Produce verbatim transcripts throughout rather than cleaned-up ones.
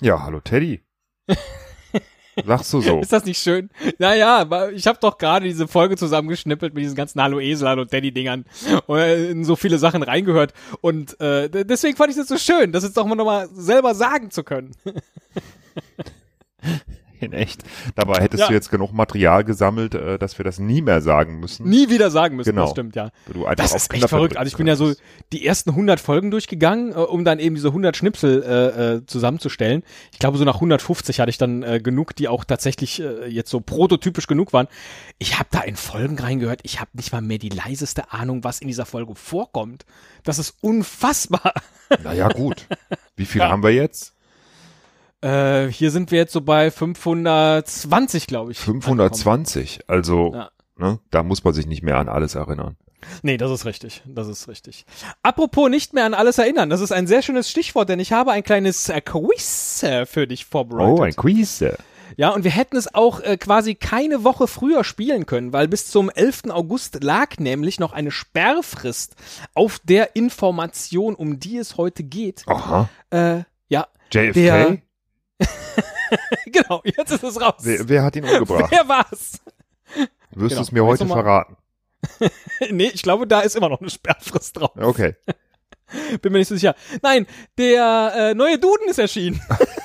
Ja, hallo Teddy. Sagst du so? Ist das nicht schön? Naja, ich habe doch gerade diese Folge zusammengeschnippelt mit diesen ganzen Hallo Esel, Hallo Teddy-Dingern und in so viele Sachen reingehört. Und äh, deswegen fand ich das so schön, das jetzt doch mal nochmal selber sagen zu können. In echt. Dabei hättest Ja. du jetzt genug Material gesammelt, äh, dass wir das nie mehr sagen müssen. Nie wieder sagen müssen, Genau. das stimmt, ja. Du einfach Das auf ist echt Kinder verrückt. Also ich bin ja so die ersten hundert Folgen durchgegangen, äh, um dann eben diese hundert Schnipsel äh, äh, zusammenzustellen. Ich glaube, so nach hundertfünfzig hatte ich dann äh, genug, die auch tatsächlich äh, jetzt so prototypisch genug waren. Ich habe da in Folgen reingehört. Ich habe nicht mal mehr die leiseste Ahnung, was in dieser Folge vorkommt. Das ist unfassbar. Naja, gut. Wie viel Ja. haben wir jetzt? Äh, hier sind wir jetzt so bei fünfhundertzwanzig, glaube ich. fünfhundertzwanzig. Also, Ja. ne, da muss man sich nicht mehr an alles erinnern. Nee, das ist richtig. Das ist richtig. Apropos nicht mehr an alles erinnern. Das ist ein sehr schönes Stichwort, denn ich habe ein kleines äh, Quiz äh, für dich vorbereitet. Oh, ein Quiz. Ja, und wir hätten es auch äh, quasi keine Woche früher spielen können, weil bis zum elften August lag nämlich noch eine Sperrfrist auf der Information, um die es heute geht. Aha. Äh, ja, J F K? der- genau, jetzt ist es raus. Wer, wer hat ihn umgebracht? Wer war's? Wirst genau. du es mir Jetzt heute noch mal- verraten? Nee, ich glaube, da ist immer noch eine Sperrfrist drauf. Okay. Bin mir nicht so sicher. Nein, der äh, neue Duden ist erschienen.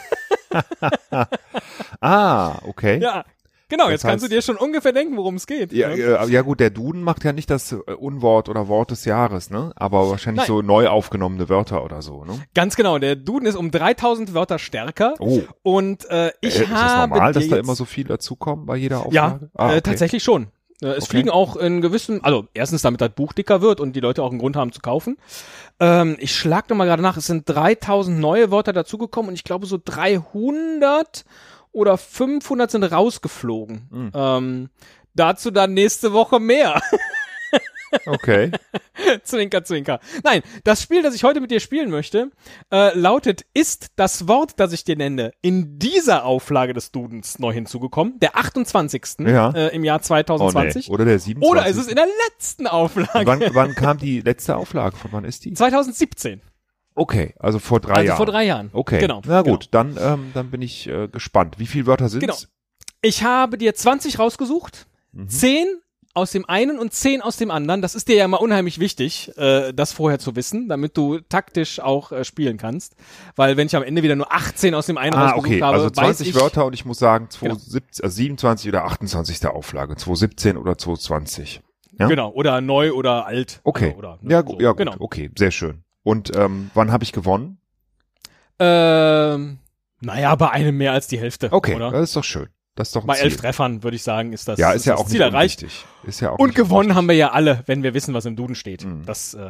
Ah, okay. Ja, genau, Das jetzt kannst du heißt- dir schon ungefähr denken, worum es geht. Ja, ne? ja, ja gut, der Duden macht ja nicht das äh, Unwort oder Wort des Jahres, ne? Aber wahrscheinlich Nein. so neu aufgenommene Wörter oder so, ne? Ganz genau, der Duden ist um dreitausend Wörter stärker. Oh, Und äh, ich äh, ist das habe normal, dir dass da jetzt, immer so viel dazukommen bei jeder Ja, Auflage? Ah, äh, okay. tatsächlich schon. Äh, es Okay. fliegen auch in gewissen, also erstens, damit das Buch dicker wird und die Leute auch einen Grund haben zu kaufen. Ähm, ich schlag noch mal gerade nach, es sind dreitausend neue Wörter dazugekommen und ich glaube so dreihundert oder fünfhundert sind rausgeflogen. Hm. Ähm, dazu dann nächste Woche mehr. Okay. Zwinker, zwinker. Nein, das Spiel, das ich heute mit dir spielen möchte, äh, lautet, ist das Wort, das ich dir nenne, in dieser Auflage des Dudens neu hinzugekommen, der achtundzwanzigsten Ja. Äh, im Jahr Oh, zweitausendzwanzig. nee. Oder der siebenundzwanzigste. Oder ist es in der letzten Auflage? wann, wann kam die letzte Auflage? Von wann ist die? zweitausendsiebzehn. Okay, also vor drei Also Jahren. vor drei Jahren. Okay, Genau. na gut, Genau. dann, ähm, dann bin ich äh, gespannt. Wie viele Wörter sind's? Genau. Ich habe dir zwanzig rausgesucht, Mhm. zehn aus dem einen und zehn aus dem anderen. Das ist dir ja immer unheimlich wichtig, äh, das vorher zu wissen, damit du taktisch auch äh, spielen kannst. Weil wenn ich am Ende wieder nur achtzehn aus dem einen Ah, rausgesucht okay, habe, also weiß zwanzig ich, Wörter und ich muss sagen, Genau. zweitausendsiebzehn, also siebenundzwanzig oder achtundzwanzigste Auflage, zweitausendsiebzehn oder zweitausendzwanzig. Ja? Genau, oder neu oder alt. Okay, Oder, oder, ne, ja, gu- so. ja gut, Genau. okay, sehr schön. Und ähm, wann habe ich gewonnen? Ähm, naja, bei einem mehr als die Hälfte. Okay, Oder? das ist doch schön. Das ist doch ein Bei Ziel. elf Treffern, würde ich sagen, ist das, Ja, ist ja das auch Ziel nicht erreicht. unwichtig. Ist ja auch Und nicht gewonnen unwichtig. haben wir ja alle, wenn wir wissen, was im Duden steht. Mhm. Das, äh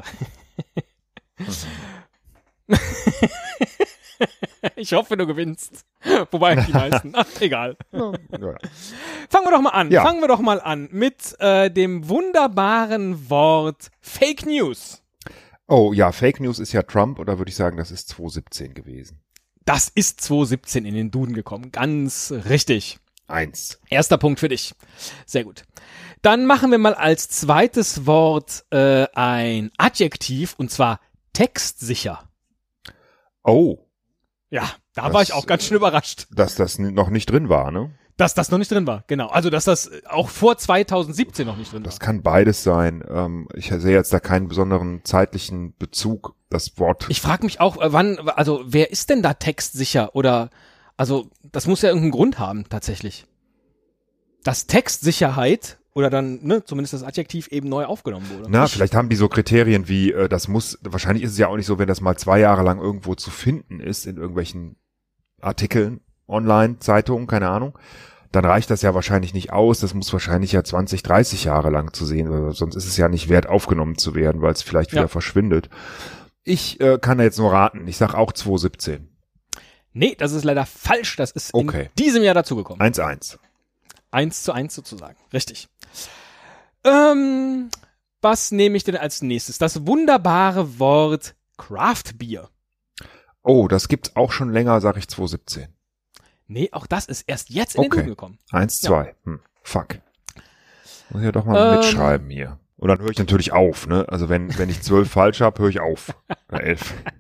ich hoffe, du gewinnst. Wobei die meisten. Ach, egal. Ja, ja. Fangen wir doch mal an. Ja. Fangen wir doch mal an mit äh, dem wunderbaren Wort Fake News. Oh ja, Fake News ist ja Trump, oder würde ich sagen, das ist zweitausendsiebzehn gewesen. Das ist zweitausendsiebzehn in den Duden gekommen. Ganz richtig. Eins. Erster Punkt für dich. Sehr gut. Dann machen wir mal als zweites Wort äh, ein Adjektiv, und zwar textsicher. Oh, Ja, da Das, war ich auch ganz schön überrascht, dass das n- noch nicht drin war, ne? dass das noch nicht drin war. Genau, also dass das auch vor zweitausendsiebzehn noch nicht drin war. Das kann beides sein. Ähm, ich sehe jetzt da keinen besonderen zeitlichen Bezug. Das Wort. Ich frage mich auch, äh, wann, also wer ist denn da textsicher? Oder, also das muss ja irgendeinen Grund haben, tatsächlich. Dass Textsicherheit oder dann, ne, zumindest das Adjektiv eben neu aufgenommen wurde. Na, Ich- vielleicht haben die so Kriterien wie, äh, das muss, wahrscheinlich ist es ja auch nicht so, wenn das mal zwei Jahre lang irgendwo zu finden ist, in irgendwelchen Artikeln, online, Zeitungen, keine Ahnung, dann reicht das ja wahrscheinlich nicht aus. Das muss wahrscheinlich ja zwanzig, dreißig Jahre lang zu sehen, weil sonst ist es ja nicht wert, aufgenommen zu werden, weil es vielleicht wieder Ja. verschwindet. Ich äh, kann da jetzt nur raten. Ich sag auch zweitausendsiebzehn. Nee, das ist leider falsch. Das ist Okay. in diesem Jahr dazugekommen. eins eins. Eins zu eins sozusagen. Richtig. Ähm, was nehme ich denn als nächstes? Das wunderbare Wort Craft Beer. Oh, das gibt's auch schon länger, sag ich zweitausendsiebzehn. Nee, auch das ist erst jetzt in den Okay. Duden gekommen. eins Ja. zwei. Hm, fuck. Muss ich ja doch mal Ähm. mitschreiben hier. Und dann höre ich natürlich auf, ne? Also wenn, wenn ich zwölf falsch habe, höre ich auf. Oder elf.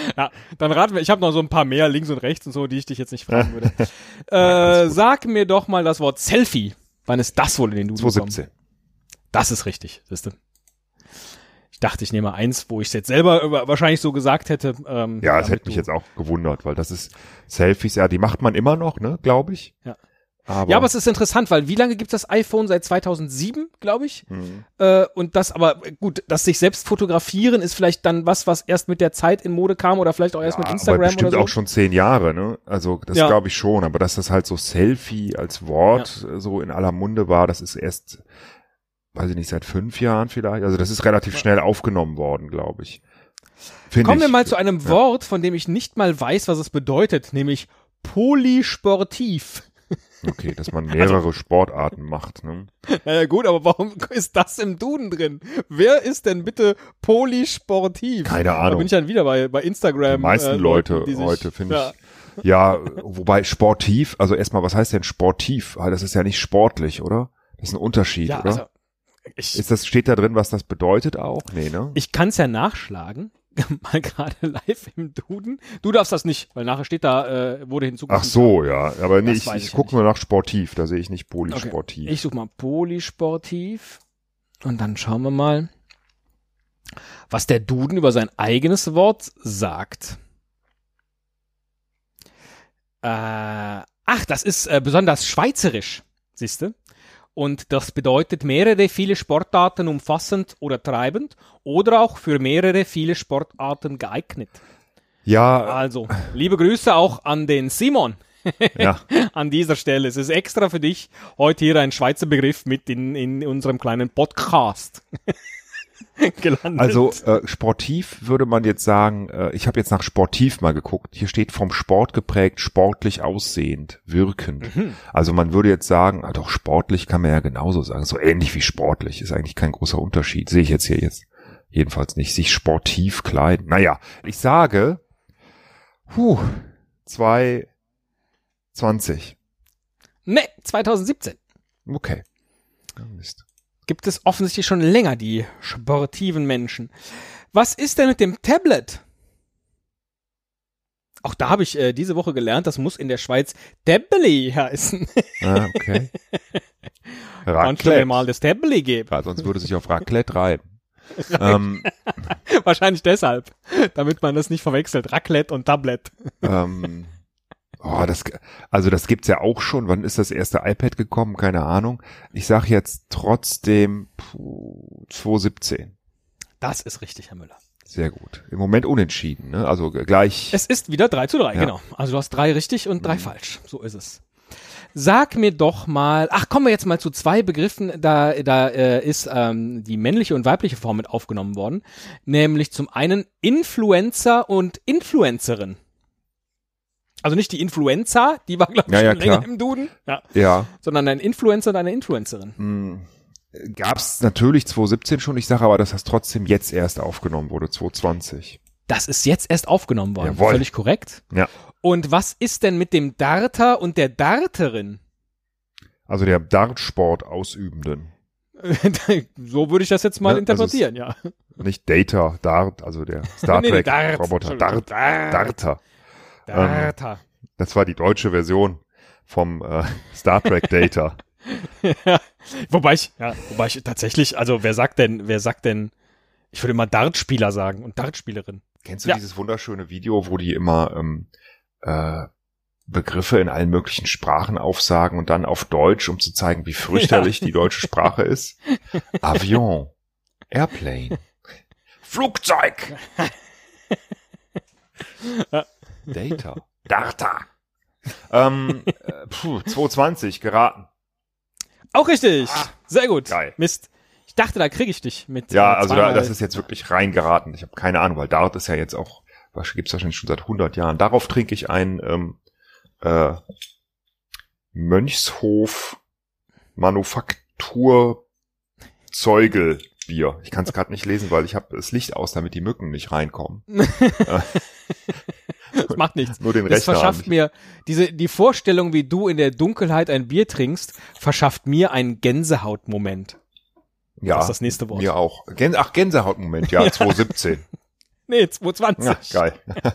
Ja, dann raten wir, ich habe noch so ein paar mehr links und rechts und so, die ich dich jetzt nicht fragen würde. äh, sag mir doch mal das Wort Selfie. Wann ist das wohl in den Duden gekommen? zwanzig siebzehn. Das ist richtig, siehste. Ich dachte, ich nehme eins, wo ich es jetzt selber über, wahrscheinlich so gesagt hätte. Ähm, Ja, das hätte mich jetzt auch gewundert, weil das ist Selfies, ja, die macht man immer noch, ne, glaube ich. Ja. Aber ja, aber es ist interessant, weil wie lange gibt es das iPhone? Seit zweitausendsieben, glaube ich. Mhm. Äh, und das, aber gut, das sich selbst fotografieren ist vielleicht dann was, was erst mit der Zeit in Mode kam oder vielleicht auch erst ja, mit Instagram aber bestimmt oder so. auch schon zehn Jahre, ne? Also das Ja. glaube ich schon, aber dass das halt so Selfie als Wort äh, so in aller Munde war, das ist erst, weiß ich nicht, seit fünf Jahren vielleicht. Also das ist relativ schnell aufgenommen worden, glaube ich. Find Kommen wir ich. mal zu einem Ja. Wort, von dem ich nicht mal weiß, was es bedeutet, nämlich polysportiv. Okay, dass man mehrere Sportarten macht, ne? Naja gut, aber warum ist das im Duden drin? Wer ist denn bitte polysportiv? Keine Da Ahnung. bin ich dann wieder bei, bei Instagram. Die meisten äh, Leute Leuten, die sich, heute, finde ja. ich. Ja, wobei sportiv, also erstmal, was heißt denn sportiv? Ah, das ist ja nicht sportlich, oder? Das ist ein Unterschied, Ja, oder? also, ich, Ist das, steht da drin, was das bedeutet auch? Nee, ne? ich kann es ja nachschlagen. Mal gerade live im Duden. Du darfst das nicht, weil nachher steht da, äh, wurde hinzugefügt. Ach so, ja. Aber nee, Das ich, weiß ich ich gucke ja nur nach sportiv, da sehe ich nicht Okay. polysportiv. Ich suche mal polysportiv und dann schauen wir mal, was der Duden über sein eigenes Wort sagt. Äh, ach, das ist äh, besonders schweizerisch, siehste. Und das bedeutet mehrere, viele Sportarten umfassend oder treibend oder auch für mehrere, viele Sportarten geeignet. Ja, Also, liebe Grüße auch an den Simon. ja. An dieser Stelle. Es ist extra für dich heute hier ein Schweizer Begriff mit in, in unserem kleinen Podcast gelandet. Also äh, sportiv würde man jetzt sagen, äh, ich habe jetzt nach sportiv mal geguckt. Hier steht vom Sport geprägt, sportlich aussehend, wirkend. Mhm. Also man würde jetzt sagen, ah, doch sportlich kann man ja genauso sagen. So ähnlich wie sportlich ist eigentlich kein großer Unterschied. Sehe ich jetzt hier jetzt jedenfalls nicht. Sich sportiv kleiden. Naja, ich sage, puh, zwei zwanzig. Ne, zweitausendsiebzehn. Okay. Ja, Mist. Gibt es offensichtlich schon länger die sportiven Menschen. Was ist denn mit dem Tablet? Auch da habe ich äh, diese Woche gelernt, das muss in der Schweiz Tabli heißen. Ah, okay. Kannst du mir mal das Tabli geben? Ja, sonst würde sich auf Raclette reiben. ähm, Wahrscheinlich deshalb, damit man das nicht verwechselt. Raclette und Tablet. ähm, oh, das, also das gibt's ja auch schon. Wann ist das erste iPad gekommen? Keine Ahnung. Ich sag jetzt trotzdem puh, zwanzig siebzehn. Das ist richtig, Herr Müller. Sehr gut. Im Moment unentschieden, ne? Also gleich. Es ist wieder drei zu drei, Ja. genau. Also du hast drei richtig und drei falsch. So ist es. Sag mir doch mal, ach, kommen wir jetzt mal zu zwei Begriffen, da, da äh, ist ähm, die männliche und weibliche Form mit aufgenommen worden, nämlich zum einen Influencer und Influencerin. Also nicht die Influenza, die war, glaube ich, Ja, ja, schon länger klar. im Duden, ja, Ja. sondern ein Influencer und eine Influencerin. Mh, gab's natürlich zwanzig siebzehn schon. Ich sage aber, dass das trotzdem jetzt erst aufgenommen wurde, zwanzig zwanzig. Das ist jetzt erst aufgenommen worden. Jawohl. Völlig korrekt. Ja. Und was ist denn mit dem Darter und der Darterin? Also der Dartsport ausübenden. So würde ich das jetzt mal Ne, also interpretieren, ja. Nicht Data, Dart, also der Star Nee, nee, Trek Dart. Roboter. Entschuldigung, Dart, Dart. Darter. Darter. Das war die deutsche Version vom äh, Star Trek Data. Ja, wobei ich, ja, wobei ich tatsächlich, also wer sagt denn, wer sagt denn, ich würde mal Dartspieler sagen und Dartspielerin. Kennst du Ja. dieses wunderschöne Video, wo die immer ähm, äh, Begriffe in allen möglichen Sprachen aufsagen und dann auf Deutsch, um zu zeigen, wie fürchterlich die deutsche Sprache ist? Avion, Airplane, Flugzeug, Ja. Data, Data. Ähm, äh, puh, zwanzig zwanzig, geraten. Auch richtig. Ah, Sehr gut. geil. Mist. Ich dachte, da kriege ich dich mit. Ja, äh, also da, zweimal- das ist jetzt wirklich reingeraten. Ich habe keine Ahnung, weil Dart ist ja jetzt auch, was gibt's wahrscheinlich schon seit hundert Jahren. Darauf trinke ich ein ähm, äh, Mönchshof Manufaktur Zeugelbier. Ich kann es gerade nicht lesen, weil ich habe das Licht aus, damit die Mücken nicht reinkommen. Das macht nichts. Nur den Das Rest habe verschafft ich. mir, diese, die Vorstellung, wie du in der Dunkelheit ein Bier trinkst, verschafft mir einen Gänsehautmoment. Ja, Das ist das nächste Wort. mir auch. Gän Ach, Gänsehautmoment, ja, zwanzig siebzehn. Nee, zwei zwanzig. Ja, geil.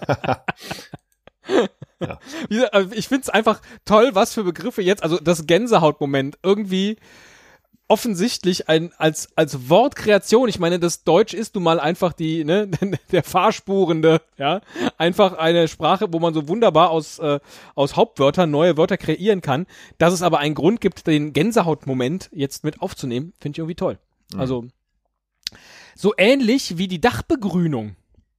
Ja. Ich find's einfach toll, was für Begriffe jetzt, also das Gänsehautmoment irgendwie offensichtlich ein als als Wortkreation. Ich meine, das Deutsch ist nun mal einfach die ne der Fahrspurende, ja, einfach eine Sprache, wo man so wunderbar aus äh, aus Hauptwörtern neue Wörter kreieren kann. Dass es aber einen Grund gibt, den Gänsehautmoment jetzt mit aufzunehmen, finde ich irgendwie toll. Mhm. Also so ähnlich wie die Dachbegrünung.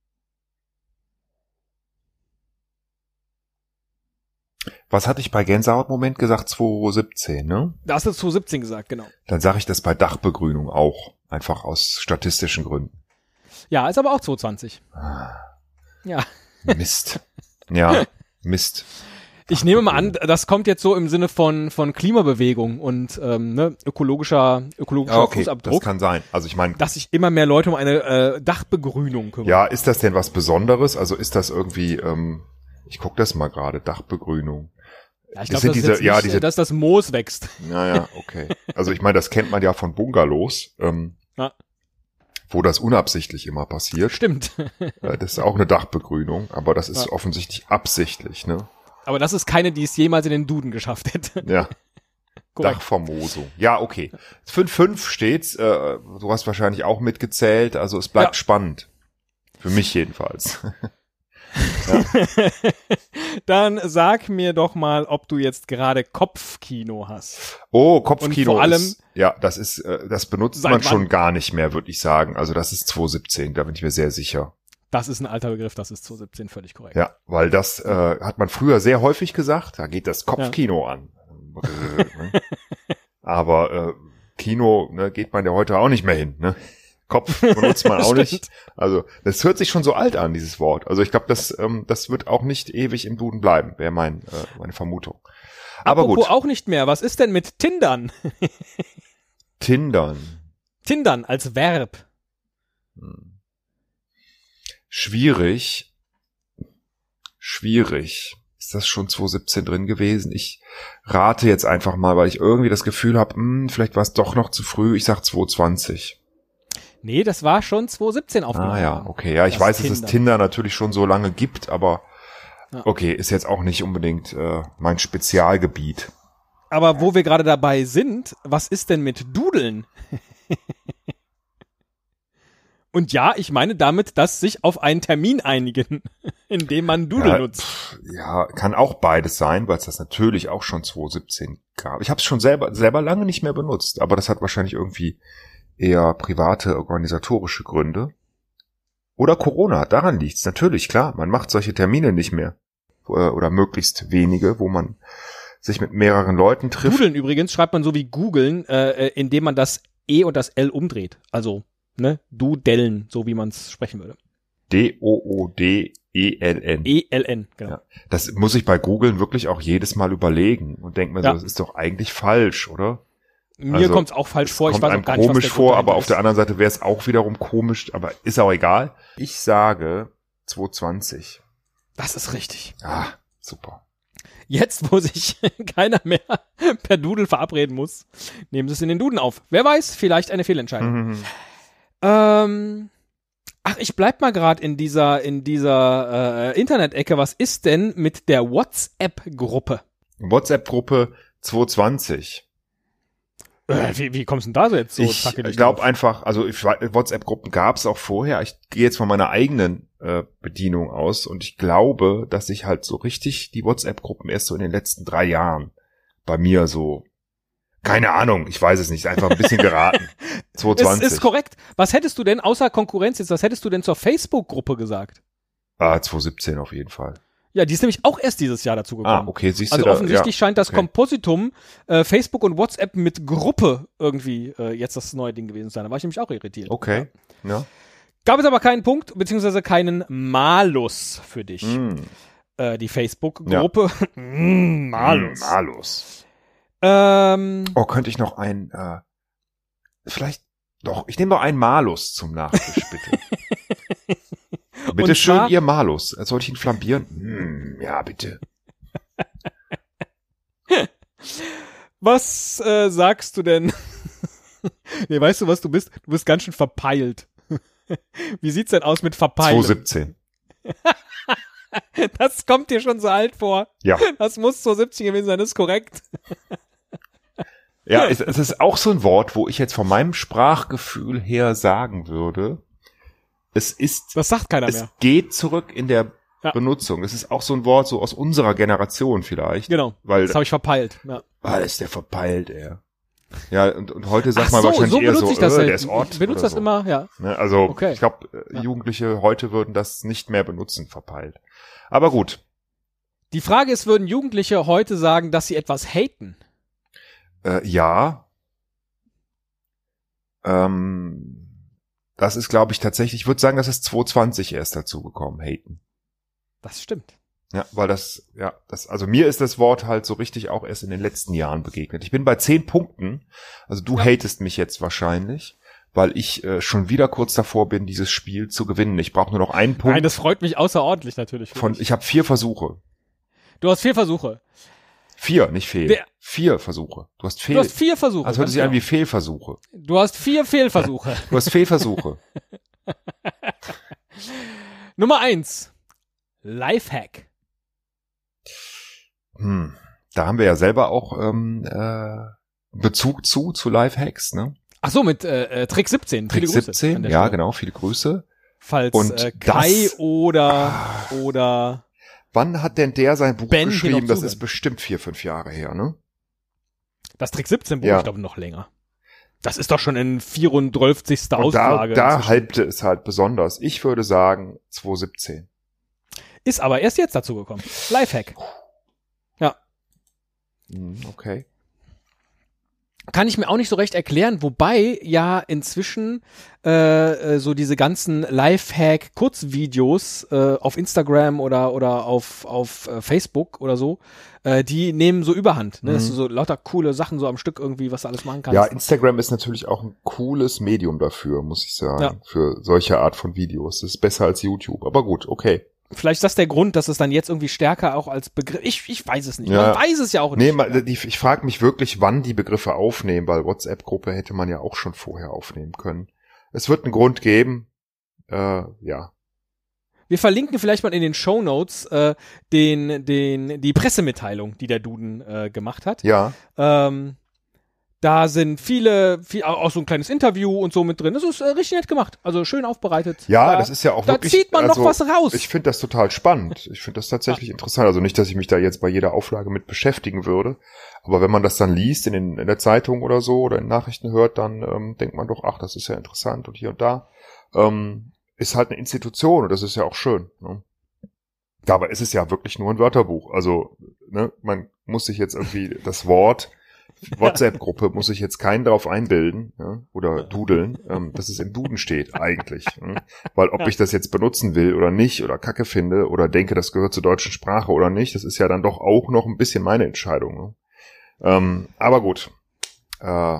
Was hatte ich bei Gänsehautmoment gesagt? zwanzig siebzehn, ne? Da hast du zwanzig siebzehn gesagt, genau. Dann sage ich das bei Dachbegrünung auch. Einfach aus statistischen Gründen. Ja, ist aber auch zwanzig zwanzig. Ah, ja. Mist. Ja, Mist. Ich nehme mal an, das kommt jetzt so im Sinne von von Klimabewegung und ähm, ne, ökologischer ökologischer ja, okay, Fußabdruck. Das kann sein. Also ich meine, dass sich immer mehr Leute um eine äh, Dachbegrünung kümmern. Ja, ist das denn was Besonderes? Also ist das irgendwie, ähm, ich guck das mal gerade, Dachbegrünung. Ja, ich das glaube, sind das diese, ist ja, nicht, diese, dass das Moos wächst. Naja, okay. Also ich meine, das kennt man ja von Bungalows, ähm, ja. wo das unabsichtlich immer passiert. Stimmt. Das ist auch eine Dachbegrünung, aber das ist ja. offensichtlich absichtlich, ne? Aber das ist keine, die es jemals in den Duden geschafft hätte. Ja. Dachvermosung. Ja, okay. fünf fünf steht's. Äh, du hast wahrscheinlich auch mitgezählt. Also es bleibt ja. spannend. Für mich jedenfalls. Ja. Dann sag mir doch mal, ob du jetzt gerade Kopfkino hast. Oh, Kopfkino. Und vor allem, ist, ja, das ist, äh, das benutzt man schon wann? gar nicht mehr, würde ich sagen. Also das ist zwanzig siebzehn, da bin ich mir sehr sicher. Das ist ein alter Begriff, das ist zwanzig siebzehn, völlig korrekt. Ja, weil das äh, hat man früher sehr häufig gesagt, da geht das Kopfkino ja. an. Aber äh, Kino ne, geht man ja heute auch nicht mehr hin, ne? Kopf benutzt man auch nicht. Also das hört sich schon so alt an, dieses Wort. Also ich glaube, das ähm, das wird auch nicht ewig im Duden bleiben, wäre mein äh, meine Vermutung. Aber Apropos gut. auch nicht mehr. Was ist denn mit Tindern? Tindern. Tindern als Verb. Hm. Schwierig. Schwierig. Ist das schon zwanzig siebzehn drin gewesen? Ich rate jetzt einfach mal, weil ich irgendwie das Gefühl habe, hm, vielleicht war es doch noch zu früh. Ich sag zwanzig zwanzig. Nee, das war schon zwanzig siebzehn aufgenommen. Ah ja, okay. Ja, ich das weiß, Tinder. dass es Tinder natürlich schon so lange gibt, aber ja. okay, ist jetzt auch nicht unbedingt äh, mein Spezialgebiet. Aber wo wir gerade dabei sind, was ist denn mit Dudeln? Und ja, ich meine damit, dass sich auf einen Termin einigen, in dem man Doodle ja, nutzt. Pff, ja, kann auch beides sein, weil es das natürlich auch schon zwanzig siebzehn gab. Ich habe es schon selber selber lange nicht mehr benutzt, aber das hat wahrscheinlich irgendwie eher private, organisatorische Gründe. Oder Corona, daran liegt's. Natürlich, klar, man macht solche Termine nicht mehr. Oder möglichst wenige, wo man sich mit mehreren Leuten trifft. Dudeln übrigens schreibt man so wie googeln, äh, indem man das E und das L umdreht. Also ne, Dudellen, so wie man es sprechen würde. D O O D E L N. E L N, genau. Ja, das muss ich bei Googlen wirklich auch jedes Mal überlegen und denke mir so, ja. das ist doch eigentlich falsch, oder? Mir also, kommt's auch falsch vor. Ich weiß auch gar nicht, was komisch vor, aber auf der anderen Seite wäre es auch wiederum komisch, aber ist auch egal. Ich sage zwanzig zwanzig. Das ist richtig. Ah, super. Jetzt, wo sich keiner mehr per Doodle verabreden muss, nehmen Sie es in den Duden auf. Wer weiß, vielleicht eine Fehlentscheidung. Mhm. Ähm, ach, ich bleib mal gerade in dieser in dieser äh, Internet-Ecke. Was ist denn mit der WhatsApp-Gruppe? WhatsApp-Gruppe zwanzig zwanzig. Äh, wie, wie kommst du denn da so jetzt so? Ich glaube einfach, also ich, WhatsApp-Gruppen gab es auch vorher. Ich gehe jetzt von meiner eigenen äh, Bedienung aus und ich glaube, dass ich halt so richtig die WhatsApp-Gruppen erst so in den letzten drei Jahren bei mir so, keine Ahnung, ich weiß es nicht, einfach ein bisschen geraten. zwanzig zwanzig. Es ist korrekt. Was hättest du denn, außer Konkurrenz jetzt, was hättest du denn zur Facebook-Gruppe gesagt? Ah, zwanzig siebzehn auf jeden Fall. Ja, die ist nämlich auch erst dieses Jahr dazu gekommen. Ah, okay, siehst also du da. Also offensichtlich ja. scheint das okay. Kompositum äh, Facebook und WhatsApp mit Gruppe irgendwie äh, jetzt das neue Ding gewesen sein. Da war ich nämlich auch irritiert. Okay, ja. ja. Gab es aber keinen Punkt, beziehungsweise keinen Malus für dich. Mm. Äh, die Facebook-Gruppe. Ja. mm, Malus. Mm, Malus. Ähm, oh, könnte ich noch ein, äh, vielleicht, doch, ich nehme noch einen Malus zum Nachtisch, bitte. Bitte schön, zwar, ihr Malus. Soll ich ihn flambieren? Hm, ja, bitte. Was äh, sagst du denn? Nee, weißt du, was du bist? Du bist ganz schön verpeilt. Wie sieht's denn aus mit Verpeilen? zwanzig siebzehn. Das kommt dir schon so alt vor. Ja. Das muss zwanzig siebzehn gewesen sein, das ist korrekt. Ja, es, es ist auch so ein Wort, wo ich jetzt von meinem Sprachgefühl her sagen würde, es ist, Das sagt keiner es mehr. geht zurück in der Ja. Benutzung. Es ist auch so ein Wort so aus unserer Generation vielleicht. Genau, Weil, das habe ich verpeilt. Ja. ah, ist der verpeilt, ey. Ja, und, und heute sagt Ach man so, wahrscheinlich so eher benutze so, ich das äh, selten. der ist Ort. Ich benutze oder das so. immer, ja. Ne, also Okay. ich glaube, Ja. Jugendliche heute würden das nicht mehr benutzen, verpeilt. Aber gut. Die Frage ist, würden Jugendliche heute sagen, dass sie etwas haten? Äh, ja. Ähm, das ist, glaube ich, tatsächlich, ich würde sagen, das ist zwanzig zwanzig erst dazu gekommen, haten. Das stimmt. Ja, weil das, ja, das, also mir ist das Wort halt so richtig auch erst in den letzten Jahren begegnet. Ich bin bei zehn Punkten, also du Ja. hatest mich jetzt wahrscheinlich, weil ich äh, schon wieder kurz davor bin, dieses Spiel zu gewinnen. Ich brauche nur noch einen Punkt. Nein, das freut mich außerordentlich natürlich. für von, dich. ich habe vier Versuche. Du hast vier Versuche. Vier, nicht Fehl. Wer- Vier Versuche. Du hast Fehl. Du hast vier Versuche. Also hört ganz sich an wie genau. Fehlversuche. Du hast vier Fehlversuche. Du hast Fehlversuche. Nummer eins. Lifehack. Hm. Da haben wir ja selber auch ähm, äh, Bezug zu, zu Lifehacks, ne? Ach so, mit äh, äh, Trick siebzehn. Trick Viele Grüße siebzehn, an der ja Stelle. genau, viele Grüße. Falls Und äh, Kai das- oder oder Wann hat denn der sein Buch Ben hier geschrieben? noch Das zuhören. ist bestimmt vier, fünf Jahre her, ne? das Trick siebzehn Buch, Ja. ich glaube noch länger. Das ist doch schon in vierunddreißigster Und da, Auslage. da inzwischen. halbte es halt besonders. Ich würde sagen zwanzig siebzehn. Ist aber erst jetzt dazu gekommen. Lifehack. Hm, okay. Kann ich mir auch nicht so recht erklären, wobei ja inzwischen äh, äh, so diese ganzen Lifehack-Kurzvideos äh, auf Instagram oder oder auf auf äh, Facebook oder so, äh, die nehmen so Überhand, ne? Mhm. Dass du so lauter coole Sachen so am Stück irgendwie, was du alles machen kannst. Ja, Instagram ist natürlich auch ein cooles Medium dafür, muss ich sagen. Ja. Für solche Art von Videos. Das ist besser als YouTube. Aber gut, okay. Vielleicht ist das der Grund, dass es dann jetzt irgendwie stärker auch als Begriff. Ich ich weiß es nicht. Ja. Man weiß es ja auch Nee, nicht. mal, die, ich frage mich wirklich, wann die Begriffe aufnehmen, weil WhatsApp-Gruppe hätte man ja auch schon vorher aufnehmen können. Es wird einen Grund geben. Äh, ja. Wir verlinken vielleicht mal in den Shownotes äh, den den die Pressemitteilung, die der Duden äh, gemacht hat. Ja. Ähm, da sind viele, viel, auch so ein kleines Interview und so mit drin. Das ist äh, richtig nett gemacht. Also schön aufbereitet. Ja, da, das ist ja auch da wirklich. zieht man also, noch was raus. Ich finde das total spannend. Ich finde das tatsächlich interessant. Also nicht, dass ich mich da jetzt bei jeder Auflage mit beschäftigen würde. Aber wenn man das dann liest in, den, in der Zeitung oder so oder in Nachrichten hört, dann ähm, denkt man doch, ach, das ist ja interessant und hier und da. Ähm, ist halt eine Institution und das ist ja auch schön. Ne? Dabei ist es ja wirklich nur ein Wörterbuch. Also ne, man muss sich jetzt irgendwie das Wort WhatsApp-Gruppe muss sich jetzt keinen drauf einbilden, ja, oder dudeln, ähm, dass es im Duden steht eigentlich. Ja. Weil ob ich das jetzt benutzen will oder nicht oder Kacke finde oder denke, das gehört zur deutschen Sprache oder nicht, das ist ja dann doch auch noch ein bisschen meine Entscheidung. Ne? Ähm, aber gut. Äh,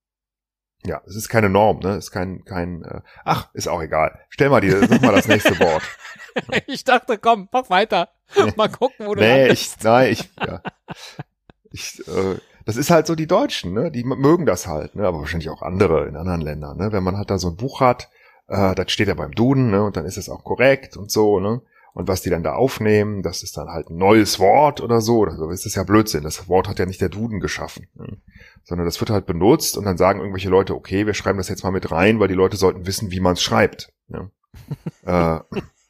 ja, es ist keine Norm, ne? Es ist kein, kein äh, ach, ist auch egal. Stell mal die, sag mal das nächste Wort. Ich dachte, komm, mach weiter. Mal gucken, wo du Nee, landest. ich, nein, ich, ja. Ich, äh, das ist halt so die Deutschen, ne? Die mögen das halt, ne? Aber wahrscheinlich auch andere in anderen Ländern, ne? Wenn man halt da so ein Buch hat, äh, das steht ja beim Duden, ne? Und dann ist es auch korrekt und so, ne? Und was die dann da aufnehmen, das ist dann halt ein neues Wort oder so. Das ist ja Blödsinn. Das Wort hat ja nicht der Duden geschaffen, ne? Sondern das wird halt benutzt und dann sagen irgendwelche Leute, okay, wir schreiben das jetzt mal mit rein, weil die Leute sollten wissen, wie man es schreibt. Ne? äh,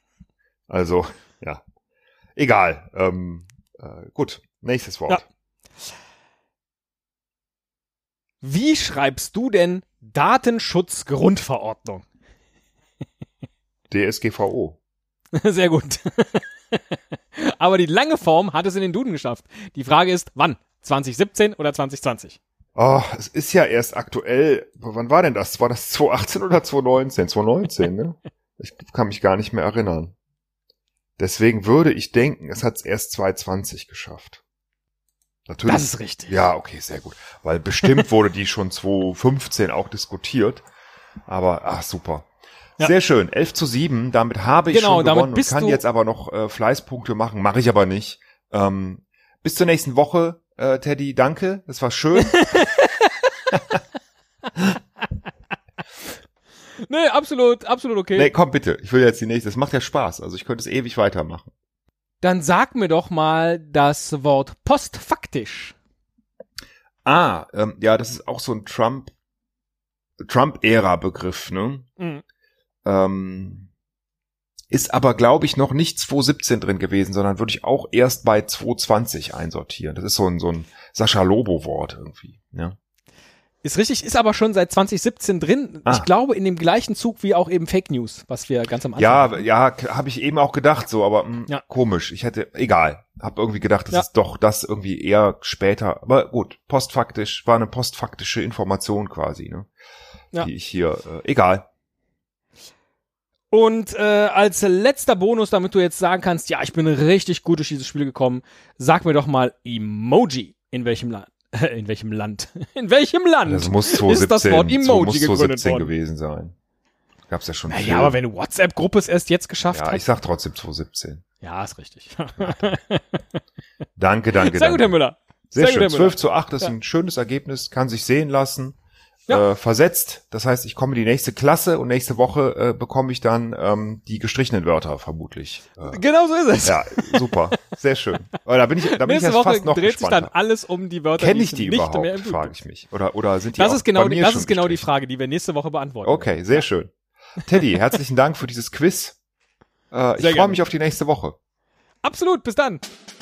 also, ja. Egal. Ähm, äh, gut, nächstes Wort. Ja. Wie schreibst du denn Datenschutzgrundverordnung? D S G V O. Sehr gut. Aber die lange Form hat es in den Duden geschafft. Die Frage ist, wann? zwanzig siebzehn oder zwanzig zwanzig? Oh, es ist ja erst aktuell. Wann war denn das? War das zwanzig achtzehn oder zwanzig neunzehn? zwanzig neunzehn, ne? Ich kann mich gar nicht mehr erinnern. Deswegen würde ich denken, es hat es erst zwanzig zwanzig geschafft. Natürlich. Das ist richtig. Ja, okay, sehr gut. Weil bestimmt wurde die schon zwanzig fünfzehn auch diskutiert. Aber, ach, super. Ja. Sehr schön. elf zu sieben. Damit habe ich Genau, schon damit gewonnen und bist kann du- jetzt aber noch äh, Fleißpunkte machen. Mache ich aber nicht. Ähm, bis zur nächsten Woche, äh, Teddy. Danke. Das war schön. Nee, absolut, absolut okay. Nee, komm bitte. Ich will jetzt die nächste. Das macht ja Spaß. Also ich könnte es ewig weitermachen. Dann sag mir doch mal das Wort postfaktisch. Ah, ähm, ja, das ist auch so ein Trump, Trump-Ära-Begriff, ne? Mhm. Ähm, ist aber, glaube ich, noch nicht zwanzig siebzehn drin gewesen, sondern würde ich auch erst bei zwanzig zwanzig einsortieren. Das ist so ein, so ein Sascha Lobo-Wort irgendwie, ja. Ist richtig, ist aber schon seit zwanzig siebzehn drin. Ah. Ich glaube, in dem gleichen Zug wie auch eben Fake News, was wir ganz am Anfang Ja, hatten. ja, habe ich eben auch gedacht so, aber mh, Ja. komisch. Ich hätte, egal, hab irgendwie gedacht, das Ja. ist doch das irgendwie eher später. Aber gut, postfaktisch, war eine postfaktische Information quasi, ne? Ja. Die ich hier, äh, egal. Und äh, als letzter Bonus, damit du jetzt sagen kannst, ja, ich bin richtig gut durch dieses Spiel gekommen, sag mir doch mal Emoji. In welchem Land? In welchem Land? In welchem Land Das muss ist zwanzig siebzehn, das Wort so Emoji muss gegründet zwanzig siebzehn worden? gewesen sein. Gab's ja schon viel. Naja, aber wenn du WhatsApp-Gruppe es erst jetzt geschafft Ja, hast. ich sag trotzdem zwanzig siebzehn. Ja, ist richtig. Danke, danke, Sehr danke. gut, Herr Müller. Sehr, Sehr gut, schön. Herr Müller. zwölf zu acht ist Ja. ein schönes Ergebnis, kann sich sehen lassen. Ja. Äh, versetzt. Das heißt, ich komme in die nächste Klasse und nächste Woche äh, bekomme ich dann ähm, die gestrichenen Wörter vermutlich. Äh, Genau so ist es. ja, super. Sehr schön. Aber da bin ich, da bin ich Nächste jetzt Woche fast noch dreht sich dann gespannter. alles um die Wörter, Kenne die ich die nicht überhaupt, mehr im Blut frage gibt. ich mich. Oder, oder sind die Das auch ist genau, bei die, mir das schon ist genau die gestrichen? Frage, die wir nächste Woche beantworten. Okay, sehr schön. Teddy, herzlichen Dank für dieses Quiz. Äh, ich Sehr freue gerne. mich auf die nächste Woche. Absolut, bis dann.